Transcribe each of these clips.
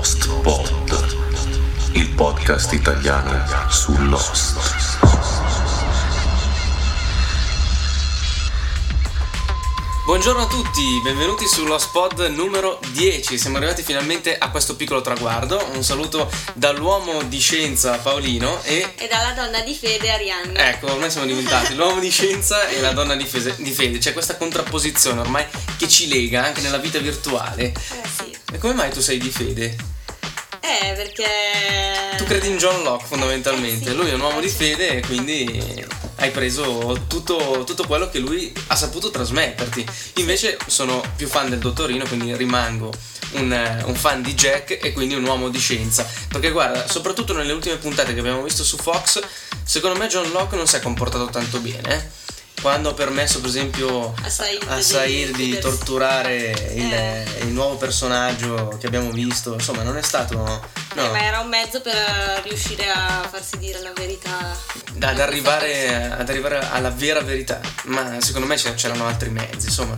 Lost Pod, il podcast italiano su Lost. Buongiorno a tutti, benvenuti su Lost Pod numero 10. Siamo arrivati finalmente a questo piccolo traguardo. Un saluto dall'uomo di scienza Paolino e dalla donna di fede Arianna. Ecco, ormai siamo diventati l'uomo di scienza e la donna di fede. C'è questa contrapposizione ormai che ci lega anche nella vita virtuale. Sì. E come mai tu sei di fede? Perché Tu credi in John Locke fondamentalmente. Sì, Lui è un uomo di fede e quindi hai preso tutto quello che lui ha saputo trasmetterti. Invece sono più fan del dottorino, quindi rimango un fan di Jack e quindi un uomo di scienza. Perché guarda, soprattutto nelle ultime puntate che abbiamo visto su Fox, secondo me John Locke non si è comportato tanto bene, Quando ha permesso per esempio a Said di torturare il nuovo personaggio che abbiamo visto, insomma non è stato... No. Ma era un mezzo per riuscire a farsi dire la verità. Ad arrivare alla vera verità. Ma secondo me c'erano altri mezzi. Insomma,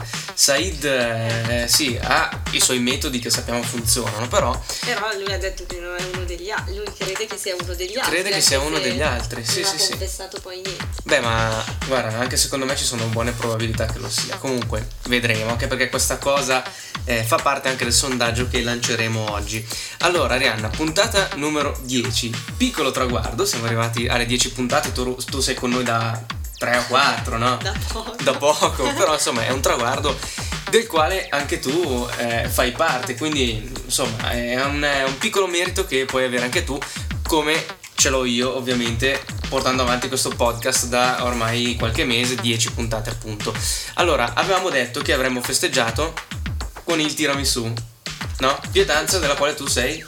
Said sì, ha i suoi metodi che sappiamo funzionano, però lui ha detto che non è uno degli altri. Lui crede che sia uno degli altri. Crede che sia uno degli altri, sì, non sì, ha confessato poi niente. Beh, ma guarda, anche secondo me ci sono buone probabilità che lo sia. Comunque, vedremo, anche perché questa cosa fa parte anche del sondaggio che lanceremo oggi. Allora, Arianna, puntata numero 10. Piccolo traguardo, siamo arrivati alle 10 puntate, tu sei con noi da 3 o 4, no? Da poco, però insomma è un traguardo del quale anche tu fai parte, quindi insomma è un piccolo merito che puoi avere anche tu, come ce l'ho io ovviamente portando avanti questo podcast da ormai qualche mese, 10 puntate appunto. Allora, avevamo detto che avremmo festeggiato con il tiramisù, no? Pietanza della quale tu sei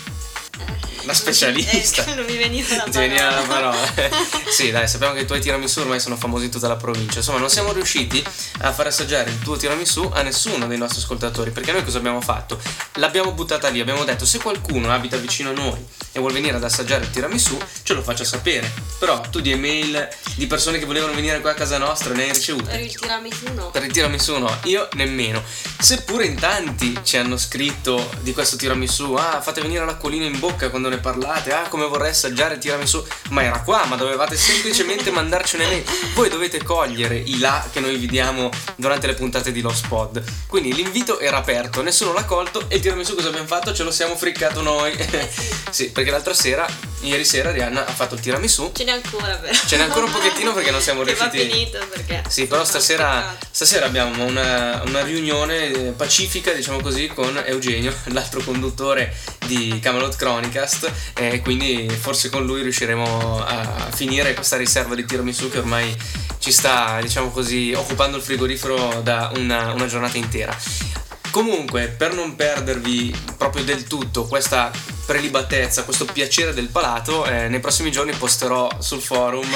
la specialista. Non mi veniva la parola. Sì, dai, sappiamo che i tuoi tiramisù ormai sono famosi in tutta la provincia. Insomma, non siamo riusciti a far assaggiare il tuo tiramisù a nessuno dei nostri ascoltatori, perché noi cosa abbiamo fatto? L'abbiamo buttata lì, abbiamo detto se qualcuno abita vicino a noi e vuol venire ad assaggiare il tiramisù, ce lo faccia sapere. Però tu di email di persone che volevano venire qua a casa nostra ne hai ricevute? Per il tiramisù no. Per il tiramisù no, io nemmeno. Seppure in tanti ci hanno scritto di questo tiramisù: fate venire l'acquolina in bocca quando ne parlate, come vorrei assaggiare il tiramisù. Ma era qua, ma dovevate semplicemente mandarci un'email. Voi dovete cogliere i là che noi vi diamo durante le puntate di Lost Pod. Quindi l'invito era aperto, nessuno l'ha colto e il tiramisù cosa abbiamo fatto? Ce lo siamo friccato noi. Sì, perché ieri sera Arianna ha fatto il tiramisù. Ce n'è ancora un pochettino perché non siamo riusciti. Va finito perché. Sì, però stasera abbiamo una riunione pacifica, diciamo così, con Eugenio, l'altro conduttore di Camelot Chronicast, e quindi forse con lui riusciremo a finire questa riserva di tiramisù che ormai ci sta, diciamo così, occupando il frigorifero da una giornata intera. Comunque, per non perdervi proprio del tutto questa prelibatezza, questo piacere del palato, nei prossimi giorni posterò sul forum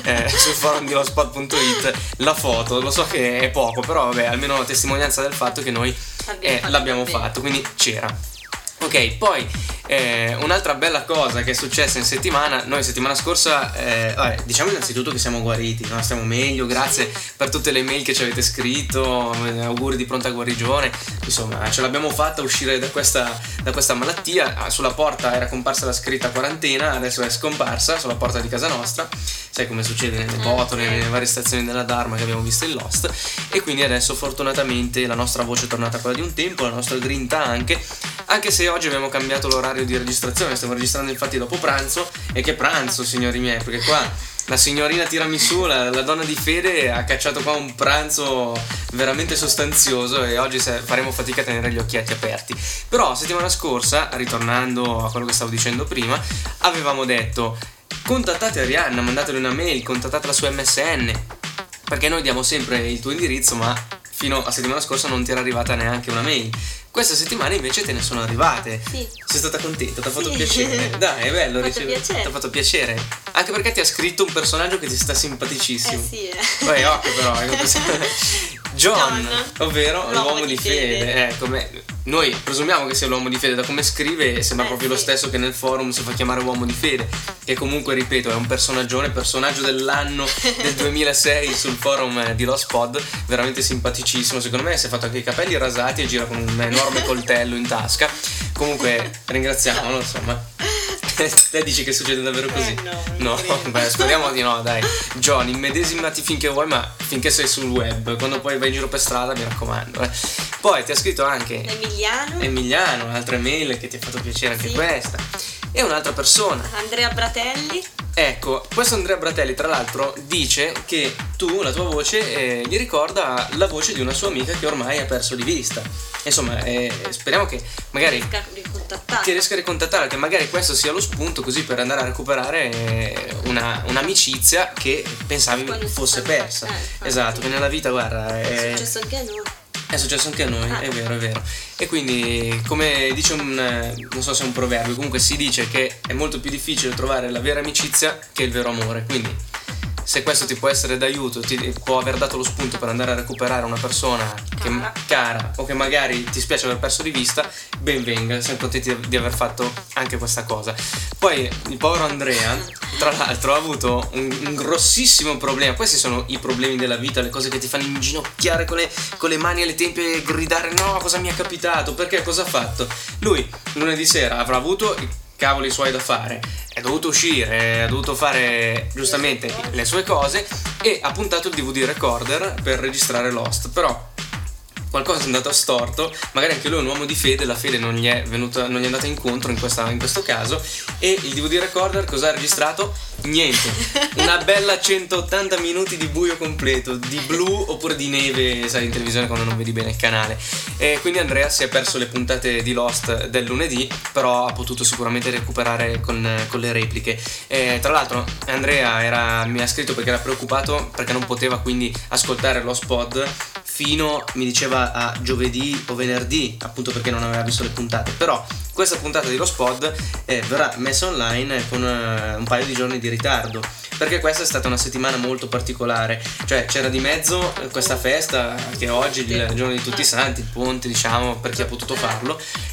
di lospod.it la foto. Lo so che è poco, però vabbè, almeno una testimonianza del fatto che noi l'abbiamo fatto, quindi c'era. Ok, poi un'altra bella cosa che è successa in settimana. Noi settimana scorsa, diciamo innanzitutto che siamo guariti, no? Stiamo meglio, grazie per tutte le mail che ci avete scritto, auguri di pronta guarigione. Insomma, ce l'abbiamo fatta uscire da questa malattia. Sulla porta era comparsa la scritta quarantena, adesso è scomparsa sulla porta di casa nostra. Sai come succede nelle botole, nelle varie stazioni della Dharma che abbiamo visto in Lost. E quindi adesso fortunatamente la nostra voce è tornata quella di un tempo, la nostra grinta anche se oggi abbiamo cambiato l'orario di registrazione. Stiamo registrando infatti dopo pranzo. E che pranzo, signori miei, perché qua la signorina tiramisù, la donna di fede, ha cacciato qua un pranzo veramente sostanzioso e oggi faremo fatica a tenere gli occhietti aperti. Però settimana scorsa, ritornando a quello che stavo dicendo prima, avevamo detto: contattate Arianna, mandatele una mail, contattatela su MSN, perché noi diamo sempre il tuo indirizzo, ma fino a settimana scorsa non ti era arrivata neanche una mail. Questa settimana invece te ne sono arrivate. Sì. Sei stata contenta? Ti ha fatto piacere? Dai, è bello ricevere. Ti ha fatto piacere. Anche perché ti ha scritto un personaggio che ti sta simpaticissimo. Sì. Poi occhio però, John, ovvero l'uomo di fede. Noi presumiamo che sia l'uomo di fede, da come scrive sembra proprio lo stesso che nel forum si fa chiamare uomo di fede, che comunque, ripeto, è un personaggio dell'anno del 2006 sul forum di Lost Pod, veramente simpaticissimo, secondo me si è fatto anche i capelli rasati e gira con un enorme coltello in tasca. Comunque ringraziamolo, insomma. Te dici che succede davvero così? No, beh, speriamo di no, dai. John, immedesimati finché vuoi, ma finché sei sul web. Quando poi vai in giro per strada, mi raccomando. Poi ti ha scritto anche Emiliano, un'altra mail che ti ha fatto piacere anche questa. E un'altra persona, Andrea Bratelli. Ecco, questo Andrea Bratelli tra l'altro dice che tu, la tua voce, gli ricorda la voce di una sua amica che ormai ha perso di vista. Insomma, speriamo che magari riesca a ricontattarla, che magari questo sia lo spunto così per andare a recuperare un'amicizia che pensavi fosse persa. Esatto, che nella vita, guarda, è successo anche a noi. È successo anche a noi, è vero. E quindi, come dice non so se è un proverbio, comunque si dice che è molto più difficile trovare la vera amicizia che il vero amore. Quindi, se questo ti può essere d'aiuto, ti può aver dato lo spunto per andare a recuperare una persona cara o che magari ti spiace aver perso di vista, ben venga, siamo contenti di aver fatto anche questa cosa. Poi il povero Andrea, tra l'altro, ha avuto un grossissimo problema. Questi sono i problemi della vita, le cose che ti fanno inginocchiare con le mani alle tempie e gridare no, cosa mi è capitato, perché cosa ha fatto? Lui lunedì sera avrà avuto cavoli suoi da fare, è dovuto uscire, ha dovuto fare giustamente le sue cose e ha puntato il DVD recorder per registrare Lost, però qualcosa è andato storto, magari anche lui è un uomo di fede, la fede non gli è andata incontro in questo caso, e il DVD recorder cosa ha registrato? Niente, una bella 180 minuti di buio completo, di blu oppure di neve, sai, in televisione quando non vedi bene il canale. E quindi Andrea si è perso le puntate di Lost del lunedì, però ha potuto sicuramente recuperare con le repliche. Tra l'altro Andrea mi ha scritto perché era preoccupato perché non poteva quindi ascoltare Lost Pod fino, mi diceva, a giovedì o venerdì, appunto perché non aveva visto le puntate. Però questa puntata di Lost Pod verrà messa online con un paio di giorni di ritardo, perché questa è stata una settimana molto particolare, cioè c'era di mezzo questa festa che è oggi, il giorno di tutti i santi, il ponte, diciamo, per chi ha potuto farlo,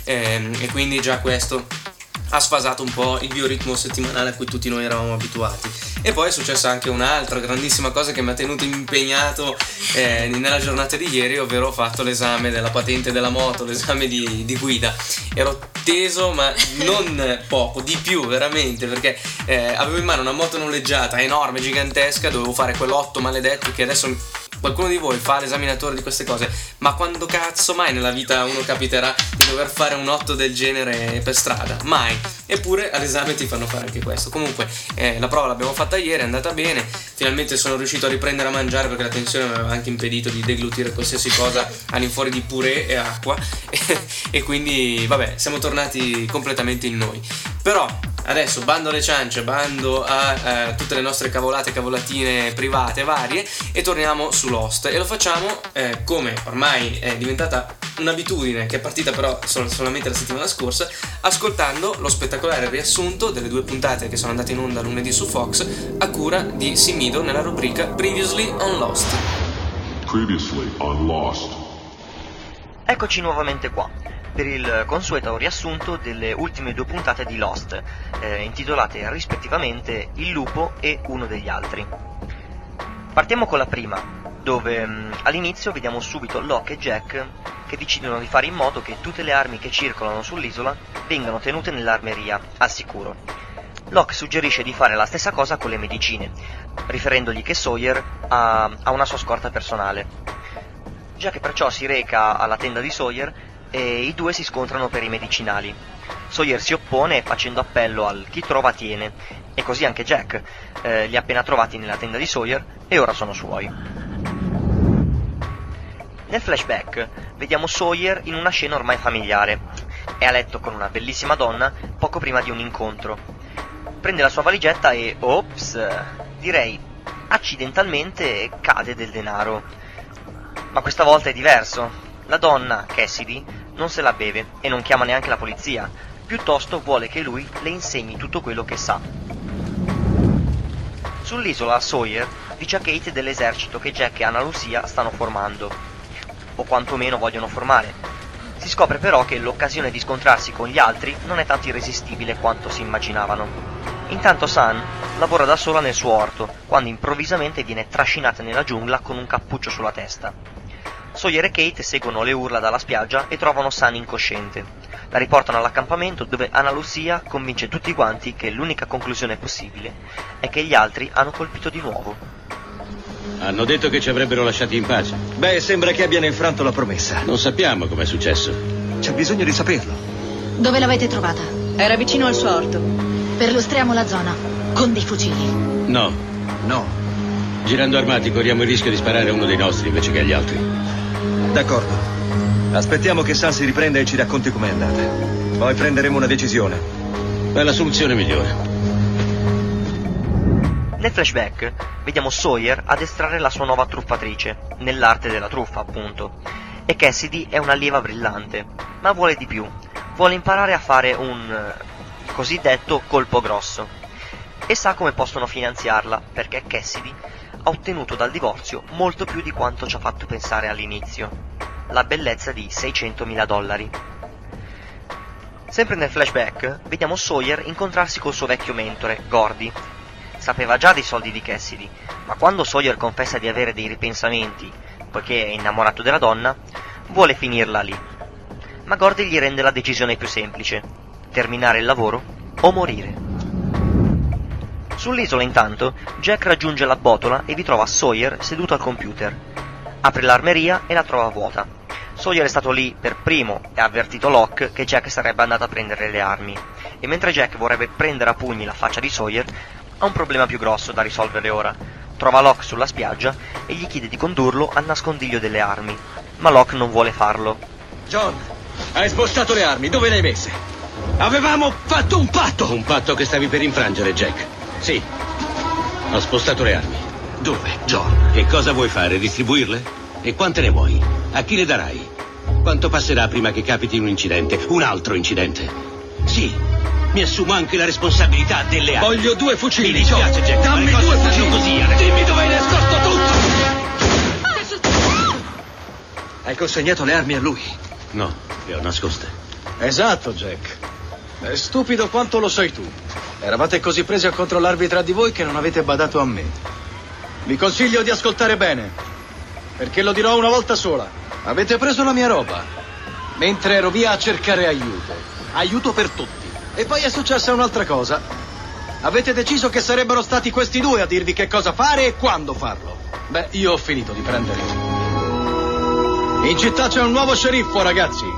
e quindi già questo ha sfasato un po' il bioritmo settimanale a cui tutti noi eravamo abituati. E poi è successa anche un'altra grandissima cosa che mi ha tenuto impegnato nella giornata di ieri, ovvero ho fatto l'esame della patente della moto, l'esame di guida. Ero teso, ma non poco, di più veramente, perché avevo in mano una moto noleggiata enorme, gigantesca, dovevo fare quell'8 maledetto che adesso qualcuno di voi fa l'esaminatore di queste cose, ma quando cazzo mai nella vita uno capiterà di dover fare un 8 del genere per strada? Mai. Eppure all'esame ti fanno fare anche questo. Comunque la prova l'abbiamo fatta ieri, è andata bene, finalmente sono riuscito a riprendere a mangiare perché la tensione mi aveva anche impedito di deglutire qualsiasi cosa all'infuori di purè e acqua e quindi vabbè, siamo tornati completamente in noi. Però adesso bando alle ciance, bando a tutte le nostre cavolatine private varie e torniamo su Lost, e lo facciamo come ormai è diventata un'abitudine che è partita però solamente la settimana scorsa, ascoltando lo spettacolare riassunto delle 2 puntate che sono andate in onda lunedì su Fox a cura di Simido nella rubrica Previously on Lost. Previously on Lost. Eccoci nuovamente qua per il consueto riassunto delle ultime 2 puntate di Lost, intitolate rispettivamente Il lupo e Uno degli altri. Partiamo con la prima, dove all'inizio vediamo subito Locke e Jack che decidono di fare in modo che tutte le armi che circolano sull'isola vengano tenute nell'armeria, al sicuro. Locke suggerisce di fare la stessa cosa con le medicine, riferendogli che Sawyer ha una sua scorta personale. Jack perciò si reca alla tenda di Sawyer e i due si scontrano per i medicinali. Sawyer si oppone facendo appello al chi trova tiene, e così anche Jack. Li ha appena trovati nella tenda di Sawyer e ora sono suoi. Nel flashback vediamo Sawyer in una scena ormai familiare. È a letto con una bellissima donna poco prima di un incontro. Prende la sua valigetta e, ops, direi accidentalmente cade del denaro. Ma questa volta è diverso. La donna, Cassidy, non se la beve e non chiama neanche la polizia, piuttosto vuole che lui le insegni tutto quello che sa. Sull'isola Sawyer dice a Kate dell'esercito che Jack e Ana Lucia stanno formando. o quantomeno vogliono formare. Si scopre però che l'occasione di scontrarsi con gli altri non è tanto irresistibile quanto si immaginavano. Intanto Sun lavora da sola nel suo orto, quando improvvisamente viene trascinata nella giungla con un cappuccio sulla testa. Sawyer e Kate seguono le urla dalla spiaggia e trovano Sun incosciente. La riportano all'accampamento, dove Ana Lucia convince tutti quanti che l'unica conclusione possibile è che gli altri hanno colpito di nuovo. Hanno detto che ci avrebbero lasciati in pace. Beh, sembra che abbiano infranto la promessa. Non sappiamo com'è successo. C'è bisogno di saperlo. Dove l'avete trovata? Era vicino al suo orto. Perlustriamo la zona con dei fucili. No. No. Girando armati corriamo il rischio di sparare a uno dei nostri invece che agli altri. D'accordo. Aspettiamo che Sun si riprenda e ci racconti com'è andata. Poi prenderemo una decisione. È la soluzione migliore. Nel flashback vediamo Sawyer addestrare la sua nuova truffatrice, nell'arte della truffa appunto, e Cassidy è un'allieva brillante, ma vuole di più, vuole imparare a fare un cosiddetto colpo grosso, e sa come possono finanziarla, perché Cassidy ha ottenuto dal divorzio molto più di quanto ci ha fatto pensare all'inizio, la bellezza di $600.000. Sempre nel flashback vediamo Sawyer incontrarsi col suo vecchio mentore, Gordy. Sapeva già dei soldi di Cassidy, ma quando Sawyer confessa di avere dei ripensamenti, poiché è innamorato della donna, vuole finirla lì. Ma Gordy gli rende la decisione più semplice: terminare il lavoro o morire. Sull'isola intanto, Jack raggiunge la botola e vi trova Sawyer seduto al computer. Apre l'armeria e la trova vuota. Sawyer è stato lì per primo e ha avvertito Locke che Jack sarebbe andato a prendere le armi, e mentre Jack vorrebbe prendere a pugni la faccia di Sawyer, ha un problema più grosso da risolvere ora. Trova Locke sulla spiaggia e gli chiede di condurlo al nascondiglio delle armi, ma Locke non vuole farlo. John, hai spostato le armi, dove le hai messe? Avevamo fatto un patto! Un patto che stavi per infrangere, Jack. Sì. Ho spostato le armi. Dove, John? Che cosa vuoi fare? Distribuirle? E quante ne vuoi? A chi le darai? Quanto passerà prima che capiti un incidente? Un altro incidente? Sì. Mi assumo anche la responsabilità delle armi. Voglio 2 fucili. Mi dispiace, Jack. Dammi 2 fucili. Così, dimmi dove hai nascosto tutto. Hai consegnato le armi a lui? No, le ho nascoste. Esatto, Jack. È stupido quanto lo sei tu. Eravate così presi a controllarvi tra di voi che non avete badato a me. Vi consiglio di ascoltare bene, perché lo dirò una volta sola. Avete preso la mia roba, mentre ero via a cercare aiuto. Aiuto per tutti. E poi è successa un'altra cosa. Avete deciso che sarebbero stati questi 2 a dirvi che cosa fare e quando farlo. Beh, io ho finito di prenderlo. In città c'è un nuovo sceriffo, ragazzi.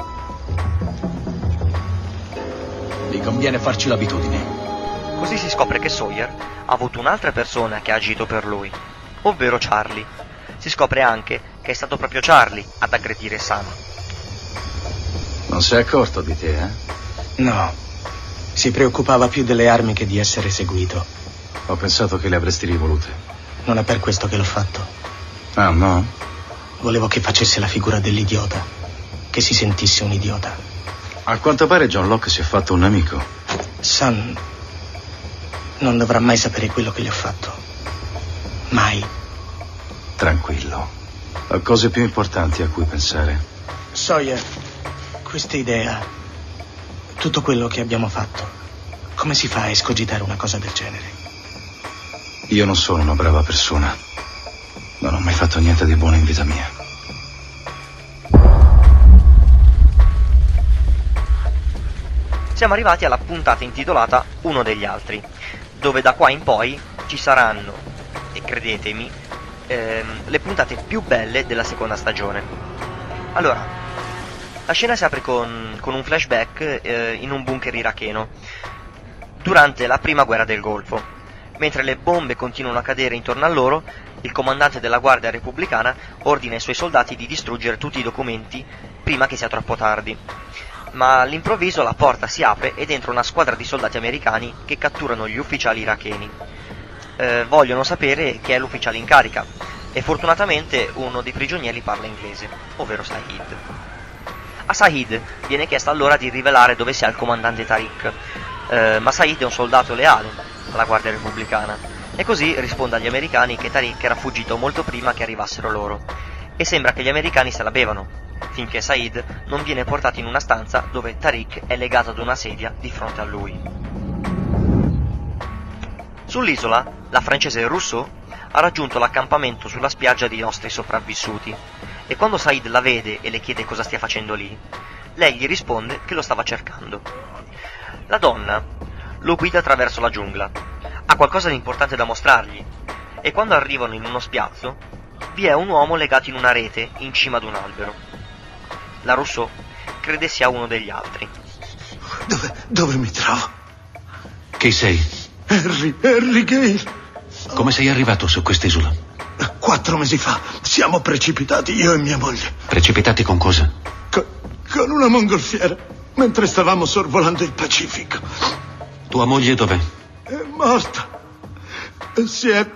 Vi conviene farci l'abitudine. Così si scopre che Sawyer ha avuto un'altra persona che ha agito per lui, ovvero Charlie. Si scopre anche che è stato proprio Charlie ad aggredire Sun. Non si è accorto di te, eh? No. Si preoccupava più delle armi che di essere seguito. Ho pensato che le avresti rivolute. Non è per questo che l'ho fatto. Ah, no? Volevo che facesse la figura dell'idiota. Che si sentisse un idiota. A quanto pare John Locke si è fatto un amico. Sun non dovrà mai sapere quello che gli ho fatto. Mai. Tranquillo. Ho cose più importanti a cui pensare. Sawyer, questa idea, tutto quello che abbiamo fatto, come si fa a escogitare una cosa del genere? Io non sono una brava persona. Non ho mai fatto niente di buono in vita mia. Siamo arrivati alla puntata intitolata Uno degli altri, dove da qua in poi ci saranno, e credetemi, le puntate più belle della seconda stagione. Allora, la scena si apre con un flashback in un bunker iracheno durante la prima guerra del Golfo. Mentre le bombe continuano a cadere intorno a loro, il comandante della Guardia Repubblicana ordina ai suoi soldati di distruggere tutti i documenti prima che sia troppo tardi. Ma all'improvviso la porta si apre ed entra una squadra di soldati americani che catturano gli ufficiali iracheni. Vogliono sapere chi è l'ufficiale in carica, e fortunatamente uno dei prigionieri parla inglese, ovvero Saeed. A Saeed viene chiesto allora di rivelare dove sia il comandante Tariq, ma Saeed è un soldato leale alla Guardia Repubblicana, e così risponde agli americani che Tariq era fuggito molto prima che arrivassero loro, e sembra che gli americani se la bevano, finché Said non viene portato in una stanza dove Tariq è legato ad una sedia di fronte a lui. Sull'isola, la francese Rousseau ha raggiunto l'accampamento sulla spiaggia dei nostri sopravvissuti e quando Said la vede e le chiede cosa stia facendo lì, lei gli risponde che lo stava cercando. La donna lo guida attraverso la giungla, ha qualcosa di importante da mostrargli e quando arrivano in uno spiazzo vi è un uomo legato in una rete in cima ad un albero. La Rousseau crede sia uno degli altri. Dove mi trovo? Chi sei? Harry Gale. Come sei arrivato su quest'isola? 4 mesi fa siamo precipitati, io e mia moglie. Precipitati con cosa? Con una mongolfiera, mentre stavamo sorvolando il Pacifico. Tua moglie dov'è? È morta. Si è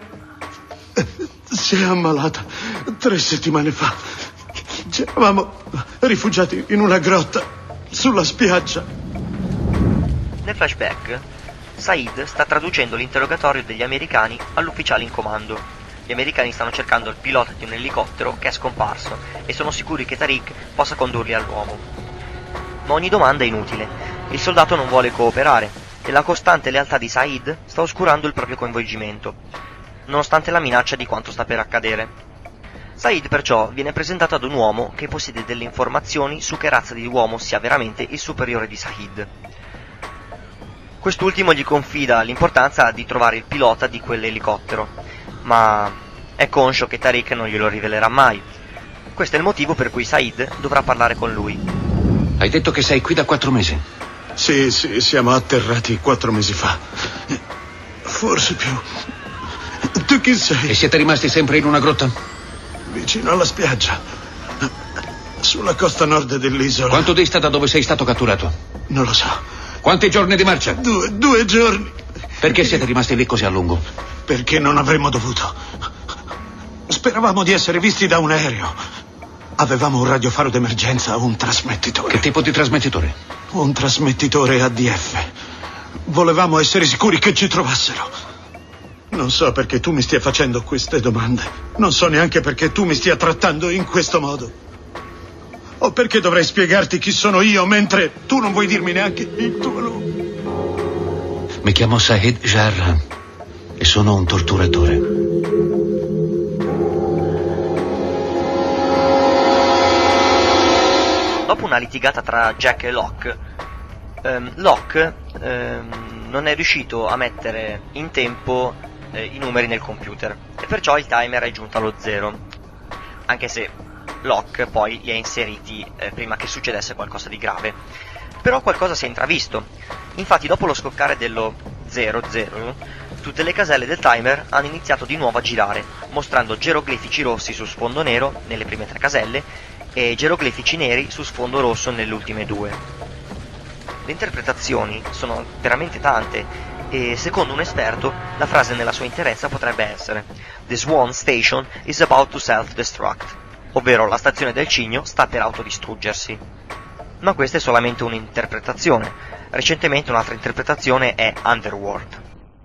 ammalata 3 settimane fa. Ci eravamo rifugiati in una grotta sulla spiaggia. Nel flashback, Said sta traducendo l'interrogatorio degli americani all'ufficiale in comando. Gli americani stanno cercando il pilota di un elicottero che è scomparso e sono sicuri che Tariq possa condurli all'uomo. Ma ogni domanda è inutile. Il soldato non vuole cooperare e la costante lealtà di Said sta oscurando il proprio coinvolgimento, nonostante la minaccia di quanto sta per accadere. Said perciò viene presentato ad un uomo che possiede delle informazioni su che razza di uomo sia veramente il superiore di Said. Quest'ultimo gli confida l'importanza di trovare il pilota di quell'elicottero, ma è conscio che Tariq non glielo rivelerà mai. Questo è il motivo per cui Said dovrà parlare con lui. Hai detto che sei qui da 4 mesi? Sì, siamo atterrati 4 mesi fa. Forse più. Tu chi sei? E siete rimasti sempre in una grotta? Vicino alla spiaggia. Sulla costa nord dell'isola. Quanto dista da dove sei stato catturato? Non lo so. Quanti giorni di marcia? 2 giorni. Perché siete rimasti lì così a lungo? Perché non avremmo dovuto. Speravamo di essere visti da un aereo. Avevamo un radiofaro d'emergenza, un trasmettitore. Che tipo di trasmettitore? Un trasmettitore ADF. Volevamo essere sicuri che ci trovassero. Non so perché tu mi stia facendo queste domande. Non so neanche perché tu mi stia trattando in questo modo. O perché dovrei spiegarti chi sono io mentre tu non vuoi dirmi neanche il tuo nome. Mi chiamo Said Jarrah e sono un torturatore. Dopo una litigata tra Jack e Locke, Locke non è riuscito a mettere in tempo i numeri nel computer e perciò il timer è giunto allo 0, anche se Locke poi li ha inseriti prima che succedesse qualcosa di grave. Però qualcosa si è intravisto. Infatti dopo lo scoccare dello 00, tutte le caselle del timer hanno iniziato di nuovo a girare, mostrando geroglifici rossi su sfondo nero nelle prime 3 caselle e geroglifici neri su sfondo rosso nelle ultime 2. Le interpretazioni sono veramente tante e secondo un esperto la frase nella sua interezza potrebbe essere "The Swan Station is about to self-destruct", ovvero la stazione del cigno sta per autodistruggersi. Ma questa è solamente un'interpretazione. Recentemente un'altra interpretazione è Underworld.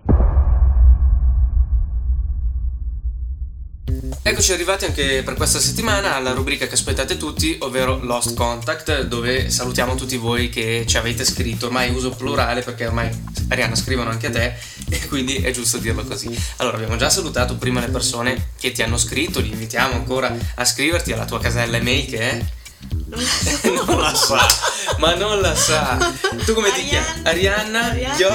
Eccoci arrivati anche per questa settimana alla rubrica che aspettate tutti, ovvero Lost Contact, dove salutiamo tutti voi che ci avete scritto. Ormai uso plurale perché ormai, Arianna, scrivono anche a te e quindi è giusto dirlo così. Allora, abbiamo già salutato prima le persone che ti hanno scritto, li invitiamo ancora a scriverti alla tua casella email che è... non la sa, ma non la sa. Tu come ti chiami? Arianna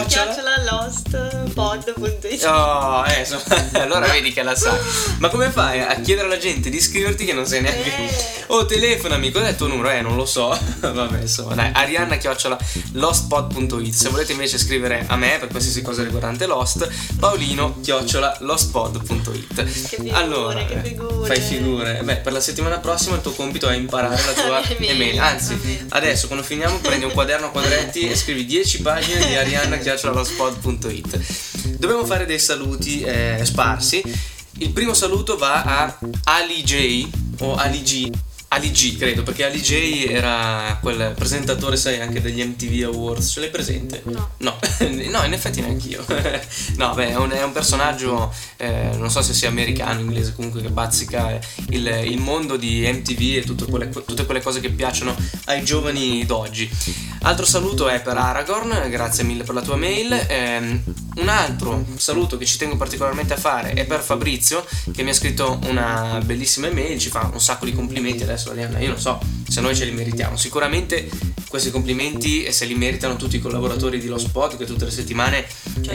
@lostpod.it. Oh, allora vedi che la sa. Ma come fai a chiedere alla gente di iscriverti che non sai neanche? Oh, telefonami, cos'è il tuo numero? Non lo so. Vabbè, insomma, dai, Arianna@lostpod.it. Se volete invece scrivere a me per qualsiasi cosa riguardante Lost, Paolino@lostpod.it. Allora, che figure. Fai figure. Beh, per la settimana prossima il tuo compito è imparare la tua email. Anzi, adesso quando finiamo prendi un quaderno a quadretti e scrivi 10 pagine di Arianna@lostpod.it. Dobbiamo fare dei saluti sparsi. Il primo saluto va a Ali J o Ali G. Ali-G, credo, perché Ali-J era quel presentatore, sai, anche degli MTV Awards. Ce l'hai presente? No, in effetti neanch'io. No, beh, è un personaggio, non so se sia americano, inglese, comunque, che bazzica il mondo di MTV e tutte quelle cose che piacciono ai giovani d'oggi. Altro saluto è per Aragorn, grazie mille per la tua mail. Un altro saluto che ci tengo particolarmente a fare è per Fabrizio, che mi ha scritto una bellissima email, ci fa un sacco di complimenti. Adesso Arianna, io non so se noi ce li meritiamo, sicuramente questi complimenti se li meritano tutti i collaboratori di Lost Pod, che tutte le settimane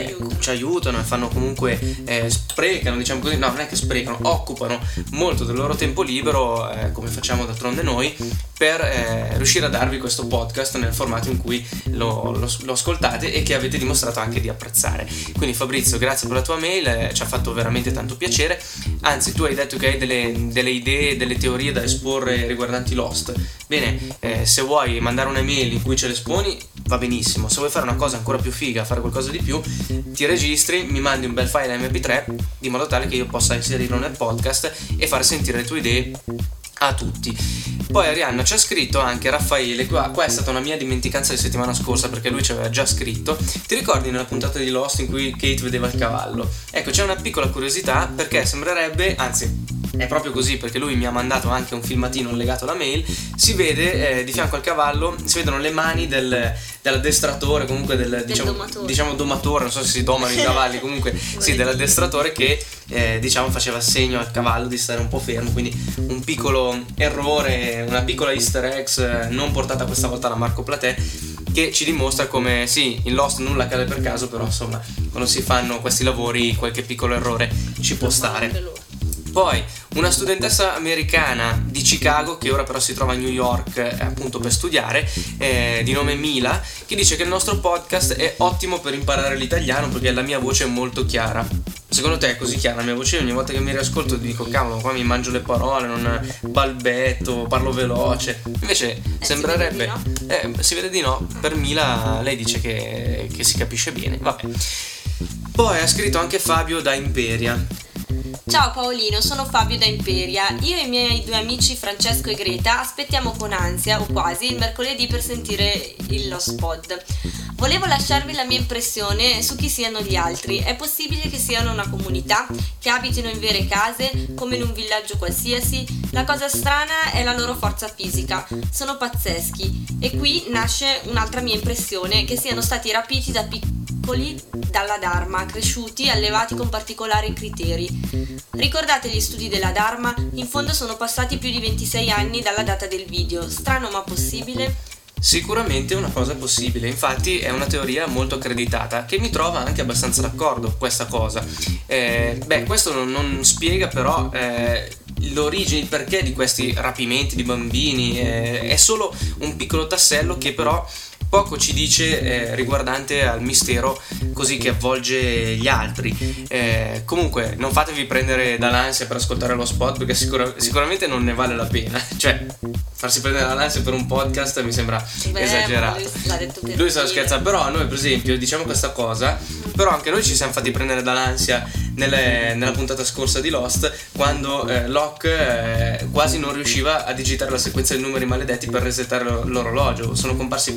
ci aiutano e fanno comunque sprecano, diciamo così, no, non è che sprecano, occupano molto del loro tempo libero, come facciamo d'altronde noi, per riuscire a darvi questo podcast nel formato in cui lo ascoltate e che avete dimostrato anche di apprezzare. Quindi Fabrizio, grazie per la tua mail, ci ha fatto veramente tanto piacere. Anzi, tu hai detto che hai delle idee, delle teorie da esporre riguardanti Lost. Bene, se vuoi mandare un'email in cui ce le esponi, va benissimo. Se vuoi fare una cosa ancora più figa, fare qualcosa di più, ti registri, mi mandi un bel file MP3 di modo tale che io possa inserirlo nel podcast e far sentire le tue idee a tutti. Poi Arianna ci ha scritto anche Raffaele, qua è stata una mia dimenticanza di settimana scorsa perché lui ci aveva già scritto. Ti ricordi nella puntata di Lost in cui Kate vedeva il cavallo? Ecco, c'è una piccola curiosità, perché sembrerebbe, anzi è proprio così, perché lui mi ha mandato anche un filmatino legato alla mail, si vede di fianco al cavallo, si vedono le mani dell'addestratore, comunque diciamo domatore, non so se si domano i cavalli, comunque sì, dell'addestratore che diciamo faceva segno al cavallo di stare un po' fermo, quindi un piccolo errore, una piccola easter eggs non portata questa volta da Marco Platè, che ci dimostra come sì, in Lost nulla accade per caso, però insomma quando si fanno questi lavori qualche piccolo errore ci può stare. Poi una studentessa americana di Chicago, che ora però si trova a New York appunto per studiare, di nome Mila, che dice che il nostro podcast è ottimo per imparare l'italiano perché la mia voce è molto chiara. Secondo te è così chiara la mia voce? Ogni volta che mi riascolto dico cavolo, qua mi mangio le parole, non balbetto, parlo veloce. Invece sembrerebbe si vede di no. Per Mila lei dice che si capisce bene. Vabbè. Poi ha scritto anche Fabio da Imperia. Ciao Paolino, sono Fabio da Imperia. Io e i miei due amici Francesco e Greta aspettiamo con ansia, o quasi, il mercoledì per sentire il Lost Pod. Volevo lasciarvi la mia impressione su chi siano gli altri. È possibile che siano una comunità, che abitino in vere case, come in un villaggio qualsiasi? La cosa strana è la loro forza fisica. Sono pazzeschi. E qui nasce un'altra mia impressione, che siano stati rapiti da piccoli dalla Dharma, cresciuti, allevati con particolari criteri. Ricordate gli studi della Dharma? In fondo sono passati più di 26 anni dalla data del video. Strano ma possibile? Sicuramente una cosa possibile, infatti è una teoria molto accreditata che mi trova anche abbastanza d'accordo questa cosa. Questo non spiega però l'origine, il perché di questi rapimenti di bambini, è solo un piccolo tassello che però poco ci dice riguardante al mistero così che avvolge gli altri. Comunque non fatevi prendere dall'ansia per ascoltare lo spot, perché sicuramente non ne vale la pena. Cioè, farsi prendere dall'ansia per un podcast mi sembra esagerato. Lui sta scherzando, però noi per esempio diciamo questa cosa, però anche noi ci siamo fatti prendere dall'ansia nella puntata scorsa di Lost, quando Locke quasi non riusciva a digitare la sequenza di numeri maledetti per resettare l'orologio. Sono comparsi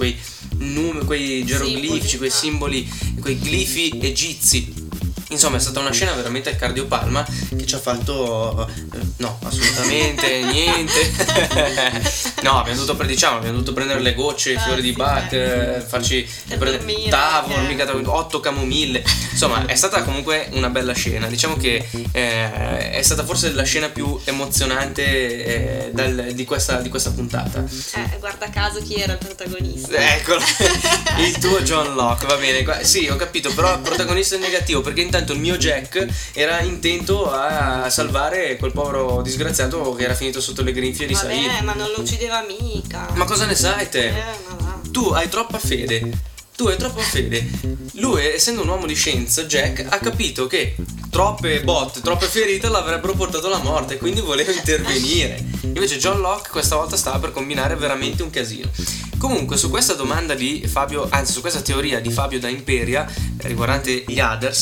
quei geroglifici, quei simboli, quei glifi egizi. Insomma, è stata una scena veramente al cardiopalma che ci ha fatto no, assolutamente niente. No, abbiamo dovuto prendere le gocce, i fiori di Bach, farci prendere tavolo, mica 8 camomille. Insomma, è stata comunque una bella scena. Diciamo che è stata forse la scena più emozionante di questa puntata. Guarda caso chi era il protagonista. Eccolo, il tuo John Locke, va bene. Sì, ho capito, però il protagonista è negativo, perché intanto il mio Jack era intento a salvare quel povero disgraziato che era finito sotto le grinfie di Said. Ma non lo uccideva mica. Ma cosa ne sai te? Tu hai troppa fede. Lui, essendo un uomo di scienza, Jack ha capito che troppe botte, troppe ferite l'avrebbero portato alla morte, quindi voleva intervenire. Invece John Locke questa volta stava per combinare veramente un casino. Comunque, su questa domanda di Fabio, anzi su questa teoria di Fabio da Imperia riguardante gli Others,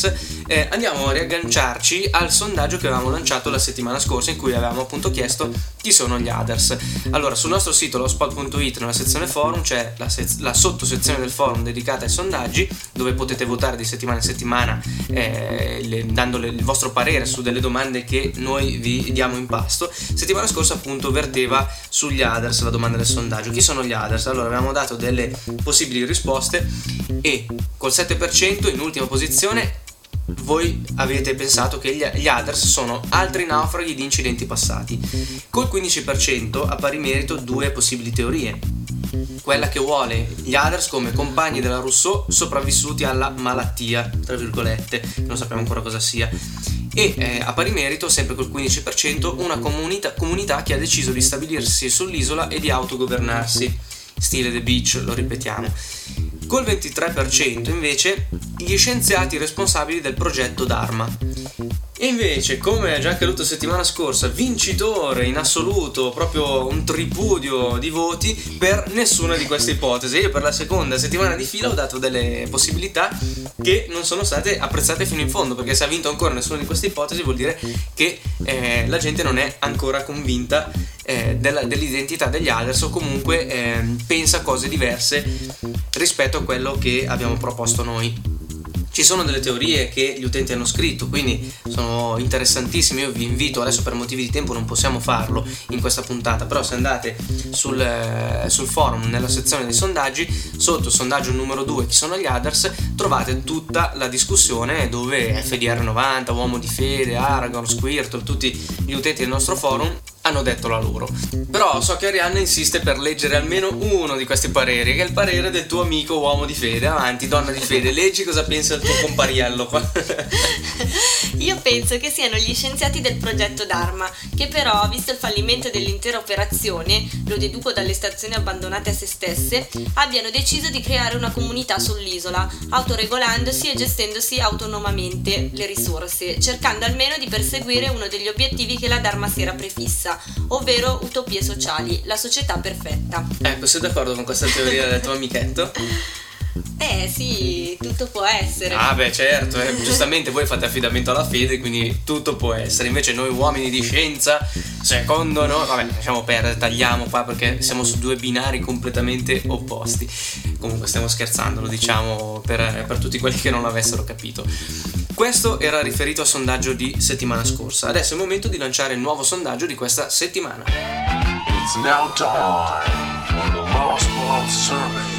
andiamo a riagganciarci al sondaggio che avevamo lanciato la settimana scorsa, in cui avevamo appunto chiesto chi sono gli Others. Allora, sul nostro sito lospot.it, nella sezione forum, c'è la sottosezione del forum dedicata ai sondaggi, dove potete votare di settimana in settimana dando il vostro parere su delle domande che noi vi diamo in pasto. Settimana scorsa appunto verteva sugli Others la domanda del sondaggio: chi sono gli Others? Allora, avevamo dato delle possibili risposte e col 7% in ultima posizione voi avete pensato che gli Others sono altri naufraghi di incidenti passati. Col 15% a pari merito due possibili teorie: quella che vuole gli Others come compagni della Rousseau sopravvissuti alla malattia, tra virgolette, non sappiamo ancora cosa sia, e a pari merito, sempre col 15%, una comunità che ha deciso di stabilirsi sull'isola e di autogovernarsi, stile The Beach, lo ripetiamo. Col 23% invece gli scienziati responsabili del progetto Dharma. E invece, come già accaduto settimana scorsa, vincitore in assoluto, proprio un tripudio di voti per nessuna di queste ipotesi. Io per la seconda settimana di fila ho dato delle possibilità che non sono state apprezzate fino in fondo, perché se ha vinto ancora nessuna di queste ipotesi vuol dire che la gente non è ancora convinta dell'identità degli Others, o comunque pensa cose diverse rispetto a quello che abbiamo proposto noi. Ci sono delle teorie che gli utenti hanno scritto, quindi sono interessantissime. Io vi invito, adesso per motivi di tempo non possiamo farlo in questa puntata, però se andate sul forum, nella sezione dei sondaggi, sotto il sondaggio numero 2 chi sono gli Others, trovate tutta la discussione dove FDR90, Uomo di Fede, Aragorn, Squirtle, tutti gli utenti del nostro forum hanno detto la loro. Però so che Arianna insiste per leggere almeno uno di questi pareri, che è il parere del tuo amico Uomo di Fede. Avanti, donna di fede, leggi cosa pensa il tuo compariello qua. Io penso che siano gli scienziati del progetto Dharma, che però, visto il fallimento dell'intera operazione, lo deduco dalle stazioni abbandonate a se stesse, abbiano deciso di creare una comunità sull'isola, autoregolandosi e gestendosi autonomamente le risorse, cercando almeno di perseguire uno degli obiettivi che la Dharma si era prefissa, ovvero utopie sociali, la società perfetta. Ecco, sei d'accordo con questa teoria del tuo amichetto? Sì, tutto può essere. Ah beh, certo, giustamente voi fate affidamento alla fede, quindi tutto può essere. Invece noi uomini di scienza, secondo noi, vabbè, lasciamo perdere, tagliamo qua perché siamo su due binari completamente opposti. Comunque stiamo scherzando, lo diciamo per tutti quelli che non l'avessero capito. Questo era riferito al sondaggio di settimana scorsa. Adesso è il momento di lanciare il nuovo sondaggio di questa settimana. It's now time for the Lost Pod Survey.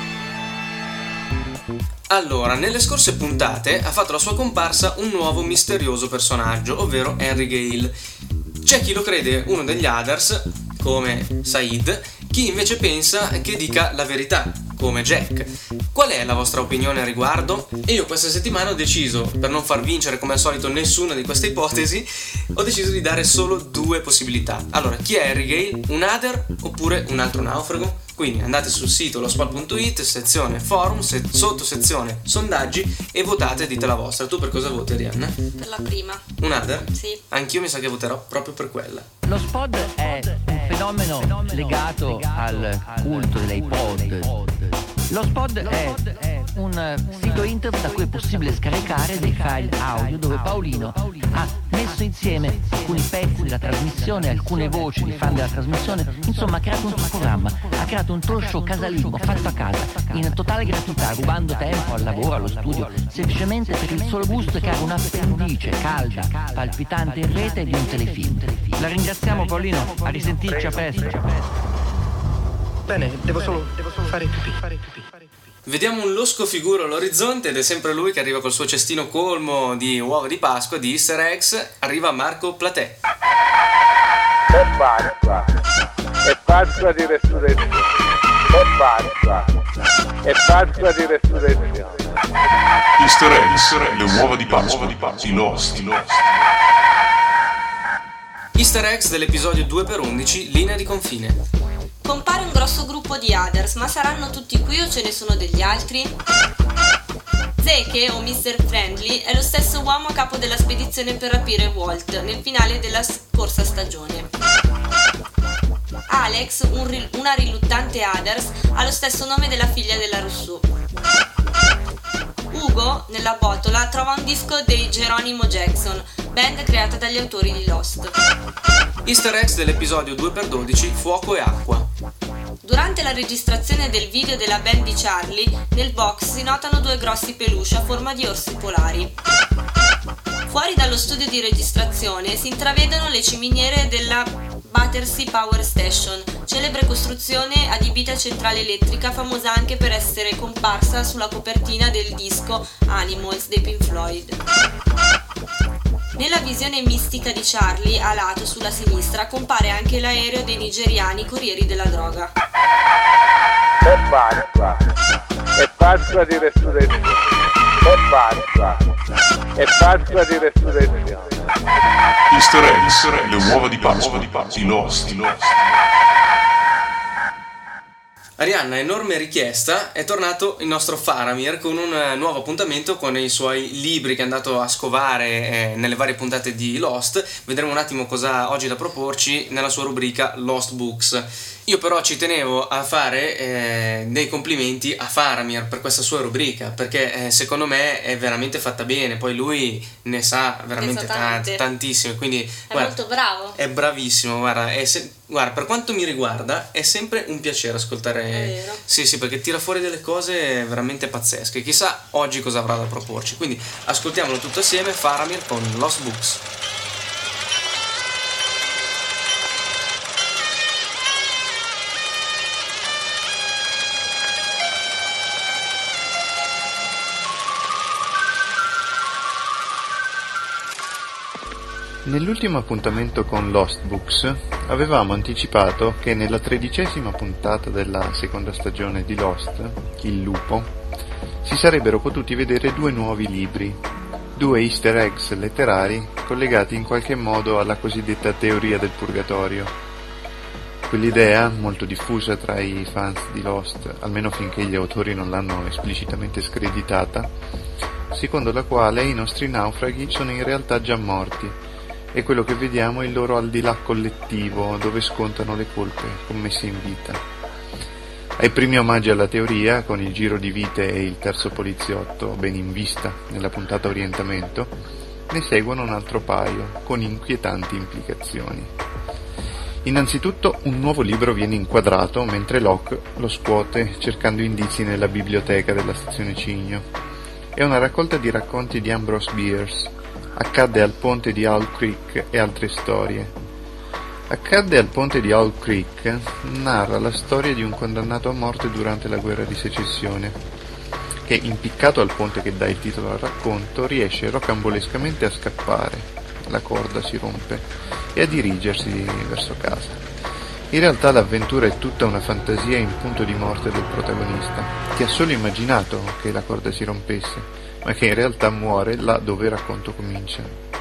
Allora, nelle scorse puntate ha fatto la sua comparsa un nuovo misterioso personaggio, ovvero Henry Gale. C'è chi lo crede uno degli Others, come Said, chi invece pensa che dica la verità, come Jack. Qual è la vostra opinione a riguardo? E io questa settimana ho deciso, per non far vincere come al solito nessuna di queste ipotesi, ho deciso di dare solo due possibilità. Allora, chi è Henry Gale? Un Other oppure un altro naufrago? Quindi andate sul sito lospot.it, sezione forum, sotto sezione sondaggi, e votate e dite la vostra. Tu per cosa voti, Arianna? Per la prima. Un Other? Sì. Anch'io mi sa che voterò proprio per quella. Lo SPOD è un fenomeno legato al culto delle iPod. Lo SPOD è un sito internet da cui è possibile scaricare dei file audio dove Paolino ha messo insieme alcuni pezzi della trasmissione, alcune voci di fan della trasmissione, insomma ha creato un suo programma, ha creato un talk show casalingo fatto a casa, in totale gratuità, rubando tempo al lavoro, allo studio, semplicemente per il solo gusto di creare un'appendice calda, palpitante in rete di un telefilm. La ringraziamo Paolino, a risentirci, a presto. Bene, devo solo fare pipì. Vediamo un losco figuro all'orizzonte ed è sempre lui che arriva col suo cestino colmo di uova di Pasqua, di Easter eggs. Arriva Marco Platè. È Pasqua di resurrezione. È Pasqua di resurrezione. Easter eggs, le uova di Pasqua, di Lost. Easter eggs dell'episodio 2x11, linea di confine. Compare un grosso gruppo di Others, ma saranno tutti qui o ce ne sono degli altri? Zeke, o Mr. Friendly, è lo stesso uomo a capo della spedizione per rapire Walt nel finale della scorsa stagione. Alex, una riluttante Others, ha lo stesso nome della figlia della Rousseau. Ugo, nella botola, trova un disco dei Geronimo Jackson, band creata dagli autori di Lost. Easter eggs dell'episodio 2x12 Fuoco e Acqua. Durante la registrazione del video della band di Charlie, nel box si notano 2 grossi peluche a forma di orsi polari. Fuori dallo studio di registrazione si intravedono le ciminiere della Battersea Power Station, celebre costruzione adibita a centrale elettrica famosa anche per essere comparsa sulla copertina del disco Animals dei Pink Floyd. Nella visione mistica di Charlie, a lato sulla sinistra, compare anche l'aereo dei nigeriani corrieri della droga. È pazza di resurrezione. È pazza di resurrezione. Easter eggs, le uova di Pasqua di Lost. Arianna, enorme richiesta, è tornato il nostro Faramir con un nuovo appuntamento con i suoi libri che è andato a scovare nelle varie puntate di Lost. Vedremo un attimo cosa ha oggi da proporci nella sua rubrica Lost Books. Io però ci tenevo a fare dei complimenti a Faramir per questa sua rubrica, perché secondo me è veramente fatta bene, poi lui ne sa veramente tantissimo, quindi è molto bravo. È bravissimo, guarda, per quanto mi riguarda è sempre un piacere ascoltare. È vero. Sì, perché tira fuori delle cose veramente pazzesche. Chissà oggi cosa avrà da proporci. Quindi ascoltiamolo tutto assieme, Faramir con Lost Books. Nell'ultimo appuntamento con Lost Books avevamo anticipato che nella 13ª puntata della seconda stagione di Lost, Il lupo, si sarebbero potuti vedere 2 nuovi libri, 2 easter eggs letterari collegati in qualche modo alla cosiddetta teoria del purgatorio. Quell'idea, molto diffusa tra i fans di Lost, almeno finché gli autori non l'hanno esplicitamente screditata, secondo la quale i nostri naufraghi sono in realtà già morti, e quello che vediamo è il loro al di là collettivo, dove scontano le colpe commesse in vita. Ai primi omaggi alla teoria, con il giro di vite e il terzo poliziotto ben in vista nella puntata Orientamento, ne seguono un altro paio, con inquietanti implicazioni. Innanzitutto un nuovo libro viene inquadrato mentre Locke lo scuote cercando indizi nella biblioteca della stazione Cigno. È una raccolta di racconti di Ambrose Bierce. Accadde al ponte di Owl Creek e altre storie. Accadde al ponte di Owl Creek narra la storia di un condannato a morte durante la guerra di secessione, che, impiccato al ponte che dà il titolo al racconto, riesce rocambolescamente a scappare, la corda si rompe, e a dirigersi verso casa. In realtà l'avventura è tutta una fantasia in punto di morte del protagonista, che ha solo immaginato che la corda si rompesse, ma che in realtà muore là dove il racconto comincia.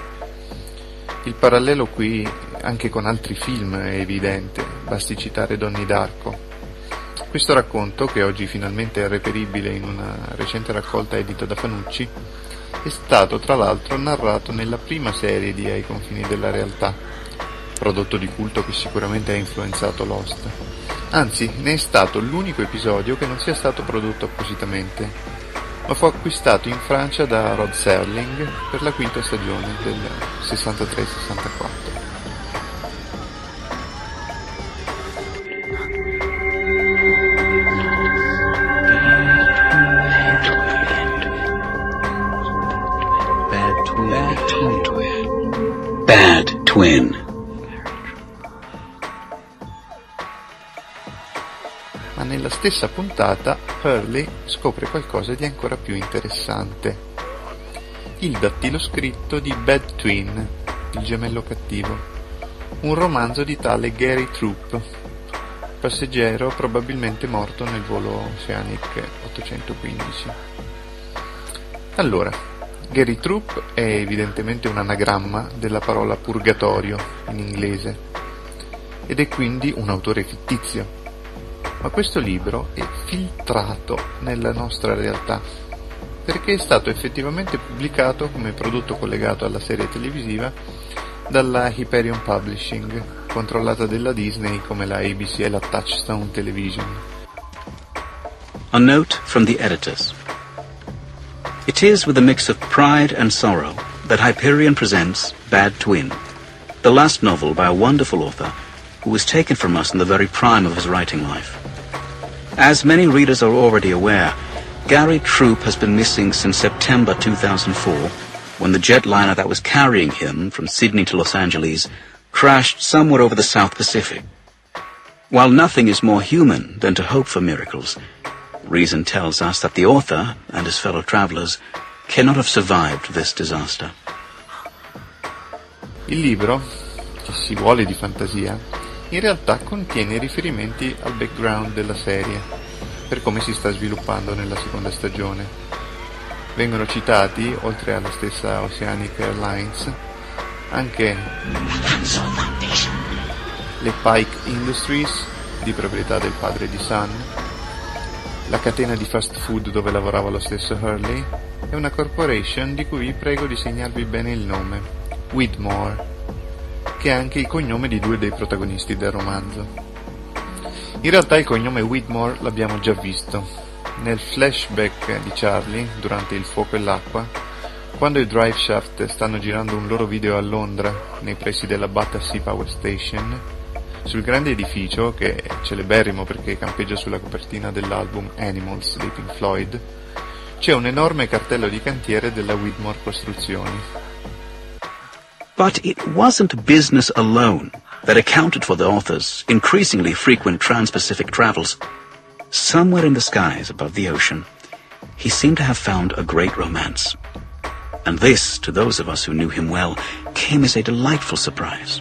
Il parallelo qui, anche con altri film, è evidente, basti citare Donnie Darko. Questo racconto, che oggi finalmente è reperibile in una recente raccolta edita da Fanucci, è stato tra l'altro narrato nella prima serie di Ai confini della realtà, prodotto di culto che sicuramente ha influenzato Lost. Anzi, ne è stato l'unico episodio che non sia stato prodotto appositamente, ma fu acquistato in Francia da Rod Serling per la 5ª stagione del 63-64. Bad Twin. Ma nella stessa puntata Hurley scopre qualcosa di ancora più interessante. Il dattiloscritto di Bad Twin, il gemello cattivo, un romanzo di tale Gary Troop, passeggero probabilmente morto nel volo Oceanic 815. Allora, Gary Troop è evidentemente un anagramma della parola purgatorio in inglese, ed è quindi un autore fittizio. Ma questo libro è filtrato nella nostra realtà, perché è stato effettivamente pubblicato come prodotto collegato alla serie televisiva dalla Hyperion Publishing, controllata dalla Disney come la ABC e la Touchstone Television. A note from the editors. It is with a mix of pride and sorrow that Hyperion presents Bad Twin, the last novel by a wonderful author who was taken from us in the very prime of his writing life. As many readers are already aware, Gary Troop has been missing since September 2004, when the jetliner that was carrying him from Sydney to Los Angeles crashed somewhere over the South Pacific. While nothing is more human than to hope for miracles, reason tells us that the author and his fellow travelers cannot have survived this disaster. Il libro, che si vuole di fantasia, in realtà contiene riferimenti al background della serie, per come si sta sviluppando nella seconda stagione. Vengono citati, oltre alla stessa Oceanic Airlines, anche le Pike Industries, di proprietà del padre di Sun, la catena di fast food dove lavorava lo stesso Hurley, e una corporation di cui vi prego di segnarvi bene il nome, Widmore, che è anche il cognome di due dei protagonisti del romanzo. In realtà il cognome Widmore l'abbiamo già visto nel flashback di Charlie durante Il fuoco e l'acqua, quando i Drive Shaft stanno girando un loro video a Londra, nei pressi della Battersea Power Station. Sul grande edificio, che è celeberrimo perché campeggia sulla copertina dell'album Animals dei Pink Floyd, c'è un enorme cartello di cantiere della Widmore Costruzioni. But it wasn't business alone that accounted for the author's increasingly frequent trans-Pacific travels. Somewhere in the skies above the ocean, he seemed to have found a great romance. And this, to those of us who knew him well, came as a delightful surprise.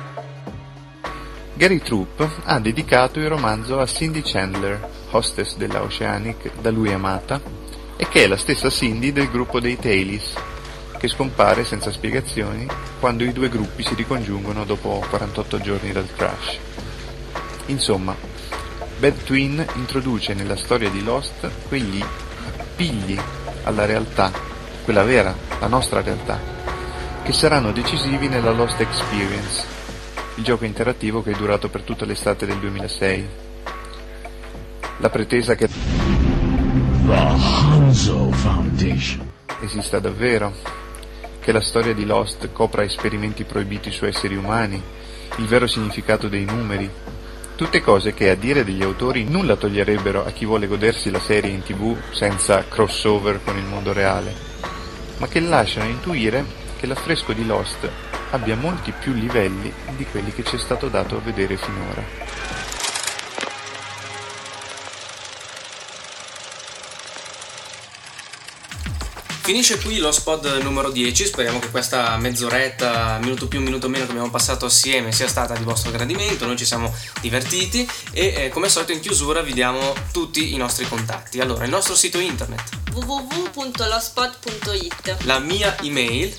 Gary Troop ha dedicato il romanzo a Cindy Chandler, hostess della Oceanic da lui amata, e che è la stessa Cindy del gruppo dei Tailies, che scompare senza spiegazioni quando i due gruppi si ricongiungono dopo 48 giorni dal crash. Insomma, Bad Twin introduce nella storia di Lost quegli appigli alla realtà, quella vera, la nostra realtà, che saranno decisivi nella Lost Experience, il gioco interattivo che è durato per tutta l'estate del 2006. La pretesa che The Hanzo Foundation esista davvero, che la storia di Lost copra esperimenti proibiti su esseri umani, il vero significato dei numeri, tutte cose che, a dire degli autori, nulla toglierebbero a chi vuole godersi la serie in TV senza crossover con il mondo reale, ma che lasciano intuire che l'affresco di Lost abbia molti più livelli di quelli che ci è stato dato a vedere finora. Finisce qui lo spot numero 10, speriamo che questa mezz'oretta, minuto più, minuto meno che abbiamo passato assieme sia stata di vostro gradimento, noi ci siamo divertiti e come al solito in chiusura vi diamo tutti i nostri contatti. Allora, il nostro sito internet www.lospot.it, la mia email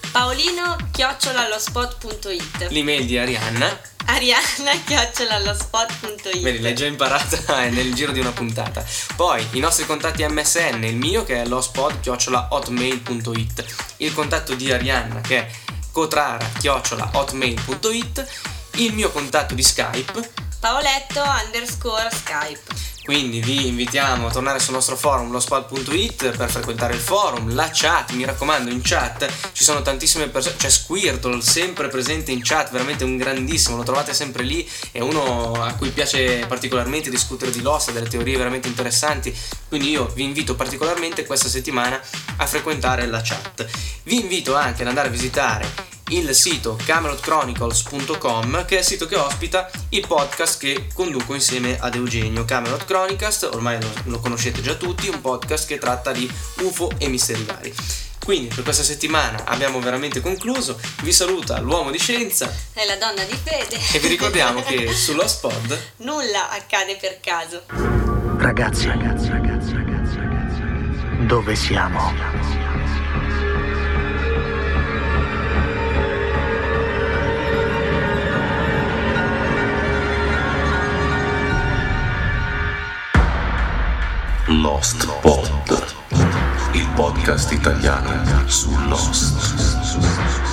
paolino@lospot.it, l'email di Arianna arianna@lospot.it. Vedi, l'hai già imparata nel giro di una puntata. Poi i nostri contatti MSN, il mio che è lospot@hotmail.it, il contatto di Arianna che è cotrara@hotmail.it, il mio contatto di Skype Paoletto_Skype. Quindi vi invitiamo a tornare sul nostro forum lospot.it per frequentare il forum, la chat, mi raccomando, in chat ci sono tantissime persone, c'è Squirtle sempre presente in chat, veramente un grandissimo, lo trovate sempre lì, è uno a cui piace particolarmente discutere di Lost, delle teorie veramente interessanti, quindi io vi invito particolarmente questa settimana a frequentare la chat. Vi invito anche ad andare a visitare il sito CamelotChronicles.com, che è il sito che ospita il podcast che conduco insieme ad Eugenio, Camelot Chronicast, ormai lo conoscete già tutti, un podcast che tratta di UFO e misteri vari. Quindi per questa settimana abbiamo veramente concluso, vi saluta l'uomo di scienza e la donna di fede e vi ricordiamo che su Lost Pod nulla accade per caso. Ragazzi, dove siamo? Lost Pod, il podcast italiano su Lost.